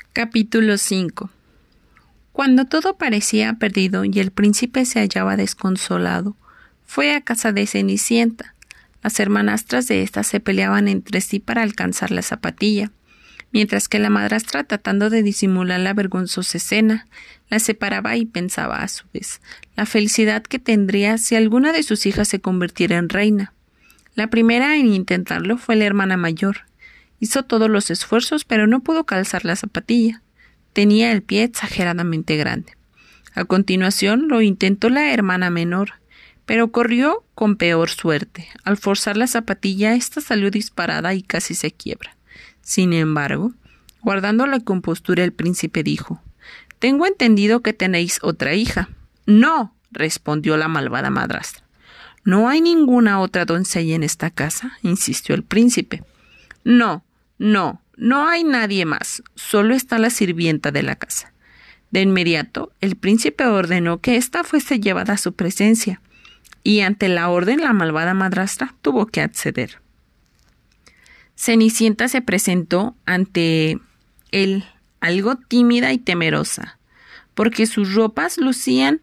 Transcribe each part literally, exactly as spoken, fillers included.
Capítulo cinco. Cuando todo parecía perdido y el príncipe se hallaba desconsolado, fue a casa de Cenicienta. Las hermanastras de ésta se peleaban entre sí para alcanzar la zapatilla, mientras que la madrastra, tratando de disimular la vergonzosa escena, la separaba y pensaba a su vez la felicidad que tendría si alguna de sus hijas se convirtiera en reina. La primera en intentarlo fue la hermana mayor. Hizo todos los esfuerzos, pero no pudo calzar la zapatilla. Tenía el pie exageradamente grande. A continuación lo intentó la hermana menor, pero corrió con peor suerte. Al forzar la zapatilla, ésta salió disparada y casi se quiebra. Sin embargo, guardando la compostura, el príncipe dijo: «Tengo entendido que tenéis otra hija». «No», respondió la malvada madrastra. «¿No hay ninguna otra doncella en esta casa?», insistió el príncipe. «No, no, no hay nadie más, solo está la sirvienta de la casa». De inmediato, el príncipe ordenó que ésta fuese llevada a su presencia, y ante la orden la malvada madrastra tuvo que acceder. Cenicienta se presentó ante él algo tímida y temerosa, porque sus ropas lucían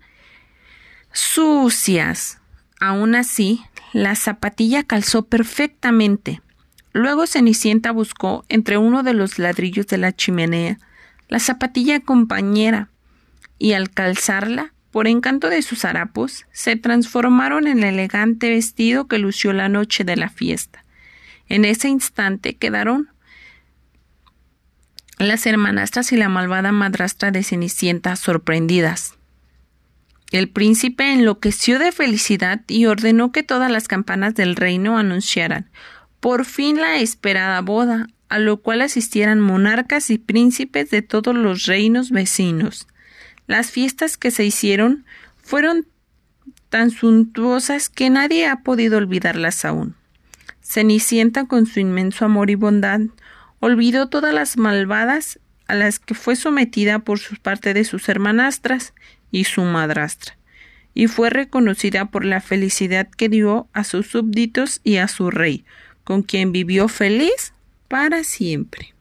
sucias. Aún así, la zapatilla calzó perfectamente. Luego Cenicienta buscó entre uno de los ladrillos de la chimenea la zapatilla compañera, y al calzarla, por encanto de sus harapos, se transformaron en el elegante vestido que lució la noche de la fiesta. En ese instante quedaron las hermanastras y la malvada madrastra de Cenicienta sorprendidas. El príncipe enloqueció de felicidad y ordenó que todas las campanas del reino anunciaran por fin la esperada boda, a lo cual asistieran monarcas y príncipes de todos los reinos vecinos. Las fiestas que se hicieron fueron tan suntuosas que nadie ha podido olvidarlas aún. Cenicienta, con su inmenso amor y bondad, olvidó todas las malvadas a las que fue sometida por su parte de sus hermanastras y su madrastra, y fue reconocida por la felicidad que dio a sus súbditos y a su rey, con quien vivió feliz para siempre.